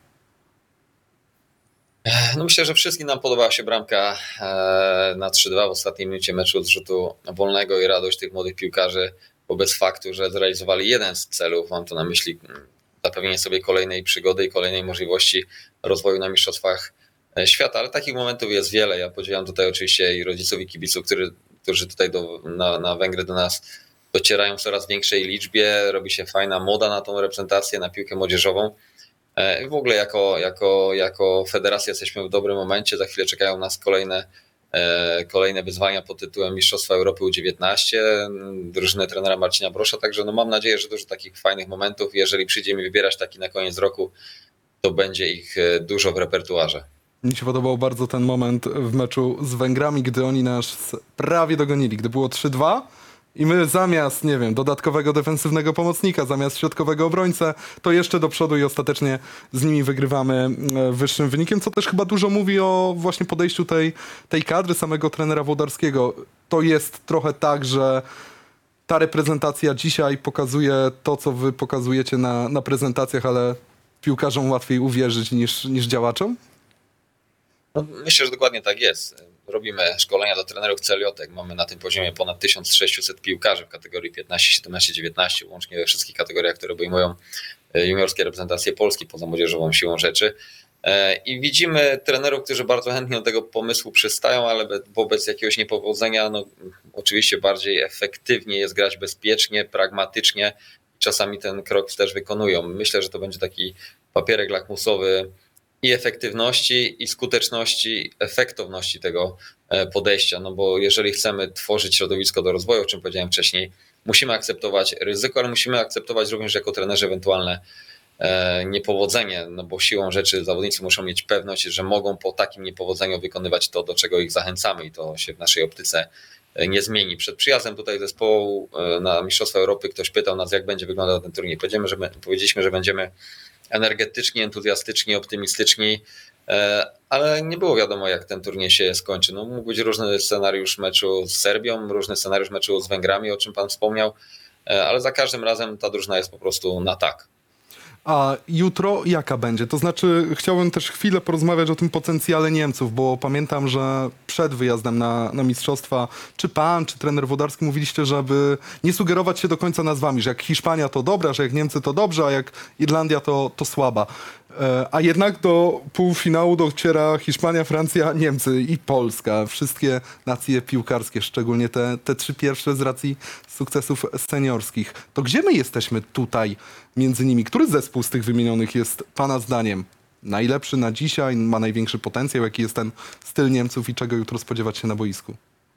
No myślę, że wszystkim nam podobała się bramka na 3-2 w ostatniej minucie meczu z rzutu wolnego i radość tych młodych piłkarzy wobec faktu, że zrealizowali jeden z celów. Mam tu na myśli zapewnienie sobie kolejnej przygody i kolejnej możliwości rozwoju na Mistrzostwach Świata, ale takich momentów jest wiele. Ja podzielam tutaj oczywiście i rodziców i kibiców, którzy tutaj na Węgry do nas docierają w coraz większej liczbie. Robi się fajna moda na tą reprezentację, na piłkę młodzieżową. W ogóle jako federacja jesteśmy w dobrym momencie. Za chwilę czekają nas kolejne wyzwania pod tytułem Mistrzostwa Europy U19, drużyny trenera Marcina Brosza, także no mam nadzieję, że dużo takich fajnych momentów. Jeżeli przyjdzie mi wybierać taki na koniec roku, to będzie ich dużo w repertuarze. Mi się podobał bardzo ten moment w meczu z Węgrami, gdy oni nas prawie dogonili. Gdy było 3-2 I my zamiast, nie wiem, dodatkowego defensywnego pomocnika, zamiast środkowego obrońcę, to jeszcze do przodu i ostatecznie z nimi wygrywamy wyższym wynikiem, co też chyba dużo mówi o właśnie podejściu tej kadry, samego trenera Włodarskiego. To jest trochę tak, że ta reprezentacja dzisiaj pokazuje to, co wy pokazujecie na prezentacjach, ale piłkarzom łatwiej uwierzyć niż działaczom? No, myślę, że dokładnie tak jest. Robimy szkolenia dla trenerów celiotek. Mamy na tym poziomie ponad 1600 piłkarzy w kategorii 15, 17, 19, łącznie we wszystkich kategoriach, które obejmują juniorskie reprezentacje Polski poza młodzieżową siłą rzeczy. I widzimy trenerów, którzy bardzo chętnie do tego pomysłu przystają, ale wobec jakiegoś niepowodzenia, no, oczywiście bardziej efektywnie jest grać bezpiecznie, pragmatycznie. Czasami ten krok też wykonują. Myślę, że to będzie taki papierek lakmusowy i efektywności, i skuteczności, efektowności tego podejścia. No bo jeżeli chcemy tworzyć środowisko do rozwoju, o czym powiedziałem wcześniej, musimy akceptować ryzyko, ale musimy akceptować również jako trenerzy ewentualne niepowodzenie, no bo siłą rzeczy zawodnicy muszą mieć pewność, że mogą po takim niepowodzeniu wykonywać to, do czego ich zachęcamy i to się w naszej optyce nie zmieni. Przed przyjazdem tutaj zespołu na Mistrzostwa Europy ktoś pytał nas, jak będzie wyglądał ten turniej. Powiedzieliśmy, że będziemy energetyczni, entuzjastyczni, optymistyczni, ale nie było wiadomo, jak ten turniej się skończy. No, mógł być różny scenariusz meczu z Serbią, różny scenariusz meczu z Węgrami, o czym pan wspomniał, ale za każdym razem ta drużyna jest po prostu na tak. A jutro jaka będzie? To znaczy, chciałbym też chwilę porozmawiać o tym potencjale Niemców, bo pamiętam, że przed wyjazdem na mistrzostwa, czy pan, czy trener Włodarski mówiliście, żeby nie sugerować się do końca nazwami, że jak Hiszpania to dobra, że jak Niemcy to dobrze, a jak Irlandia to słaba. A jednak do półfinału dociera Hiszpania, Francja, Niemcy i Polska. Wszystkie nacje piłkarskie, szczególnie te trzy pierwsze z racji sukcesów seniorskich. To gdzie my jesteśmy tutaj między nimi? Który zespół z tych wymienionych jest pana zdaniem najlepszy na dzisiaj, ma największy potencjał? Jaki jest ten styl Niemców i czego jutro spodziewać się na boisku?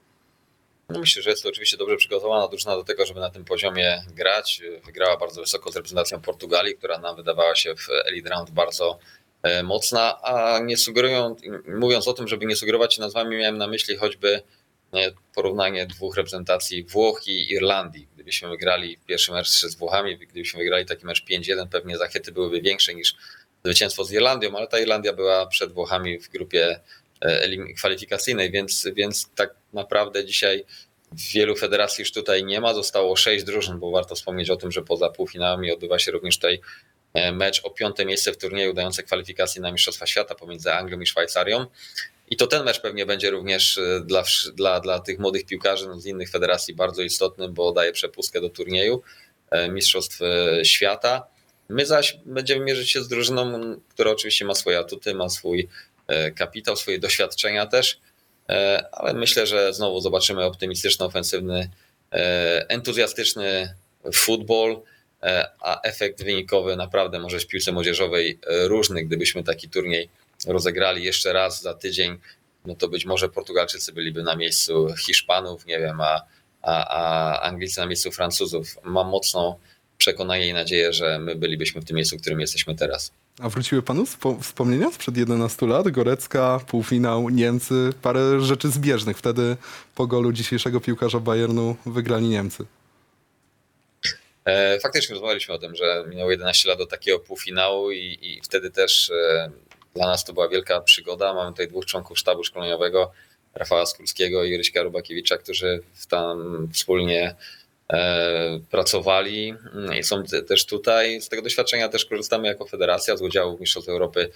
No myślę, że jest to oczywiście dobrze przygotowana drużyna do tego, żeby na tym poziomie grać. Wygrała bardzo wysoko z reprezentacją Portugalii, która nam wydawała się w Elite Round bardzo mocna, a nie sugerują, mówiąc o tym, żeby nie sugerować się nazwami, miałem na myśli choćby porównanie dwóch reprezentacji Włoch i Irlandii. Gdybyśmy wygrali pierwszy mecz z Włochami, gdybyśmy wygrali taki mecz 5-1, pewnie zachwyty byłyby większe niż zwycięstwo z Irlandią, ale ta Irlandia była przed Włochami w grupie kwalifikacyjnej, więc tak naprawdę dzisiaj wielu federacji już tutaj nie ma. Zostało 6 drużyn, bo warto wspomnieć o tym, że poza półfinałami odbywa się również tutaj mecz o 5. miejsce w turnieju dające kwalifikacje na Mistrzostwa Świata pomiędzy Anglią i Szwajcarią. I to ten mecz pewnie będzie również dla tych młodych piłkarzy z innych federacji bardzo istotny, bo daje przepustkę do turnieju Mistrzostw Świata. My zaś będziemy mierzyć się z drużyną, która oczywiście ma swoje atuty, ma swój kapitał, swoje doświadczenia też, ale myślę, że znowu zobaczymy optymistyczny, ofensywny, entuzjastyczny futbol, a efekt wynikowy naprawdę może w piłce młodzieżowej różny. Gdybyśmy taki turniej rozegrali jeszcze raz za tydzień, no to być może Portugalczycy byliby na miejscu Hiszpanów, nie wiem, a Anglicy na miejscu Francuzów. Mam mocno przekonanie i nadzieję, że my bylibyśmy w tym miejscu, w którym jesteśmy teraz. A wróciły panu wspomnienia sprzed 11 lat? Gorecka, półfinał, Niemcy, parę rzeczy zbieżnych. Wtedy po golu dzisiejszego piłkarza Bayernu wygrali Niemcy. Faktycznie rozmawialiśmy o tym, że minęło 11 lat do takiego półfinału i wtedy też dla nas to była wielka przygoda. Mamy tutaj 2 członków sztabu szkoleniowego, Rafała Skulskiego i Ryśka Rubakiewicza, którzy tam wspólnie pracowali i są też tutaj. Z tego doświadczenia też korzystamy jako federacja z udziału w Mistrzostwach Europy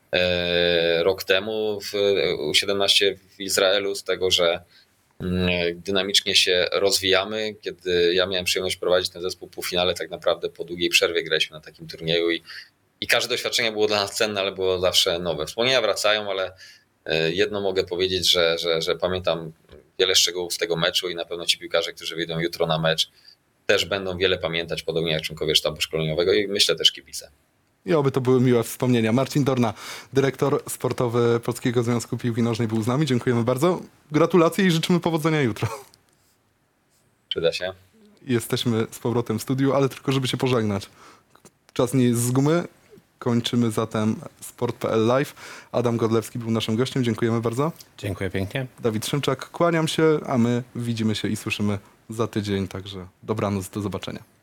rok temu w U17 w Izraelu, z tego, że dynamicznie się rozwijamy. Kiedy ja miałem przyjemność prowadzić ten zespół w półfinale, tak naprawdę po długiej przerwie graliśmy na takim turnieju i każde doświadczenie było dla nas cenne, ale było zawsze nowe. Wspomnienia wracają, ale jedno mogę powiedzieć, że pamiętam wiele szczegółów z tego meczu i na pewno ci piłkarze, którzy wyjdą jutro na mecz, też będą wiele pamiętać, podobnie jak członkowie sztabu szkoleniowego i myślę też kibice. I oby to były miłe wspomnienia. Marcin Dorna, dyrektor sportowy Polskiego Związku Piłki Nożnej, był z nami. Dziękujemy bardzo. Gratulacje i życzymy powodzenia jutro. Przyda się. Jesteśmy z powrotem w studiu, ale tylko żeby się pożegnać. Czas nie jest z gumy. Kończymy zatem Sport.pl Live. Adam Godlewski był naszym gościem. Dziękujemy bardzo. Dziękuję pięknie. Dawid Szymczak, kłaniam się, a my widzimy się i słyszymy za tydzień, także dobranoc, do zobaczenia.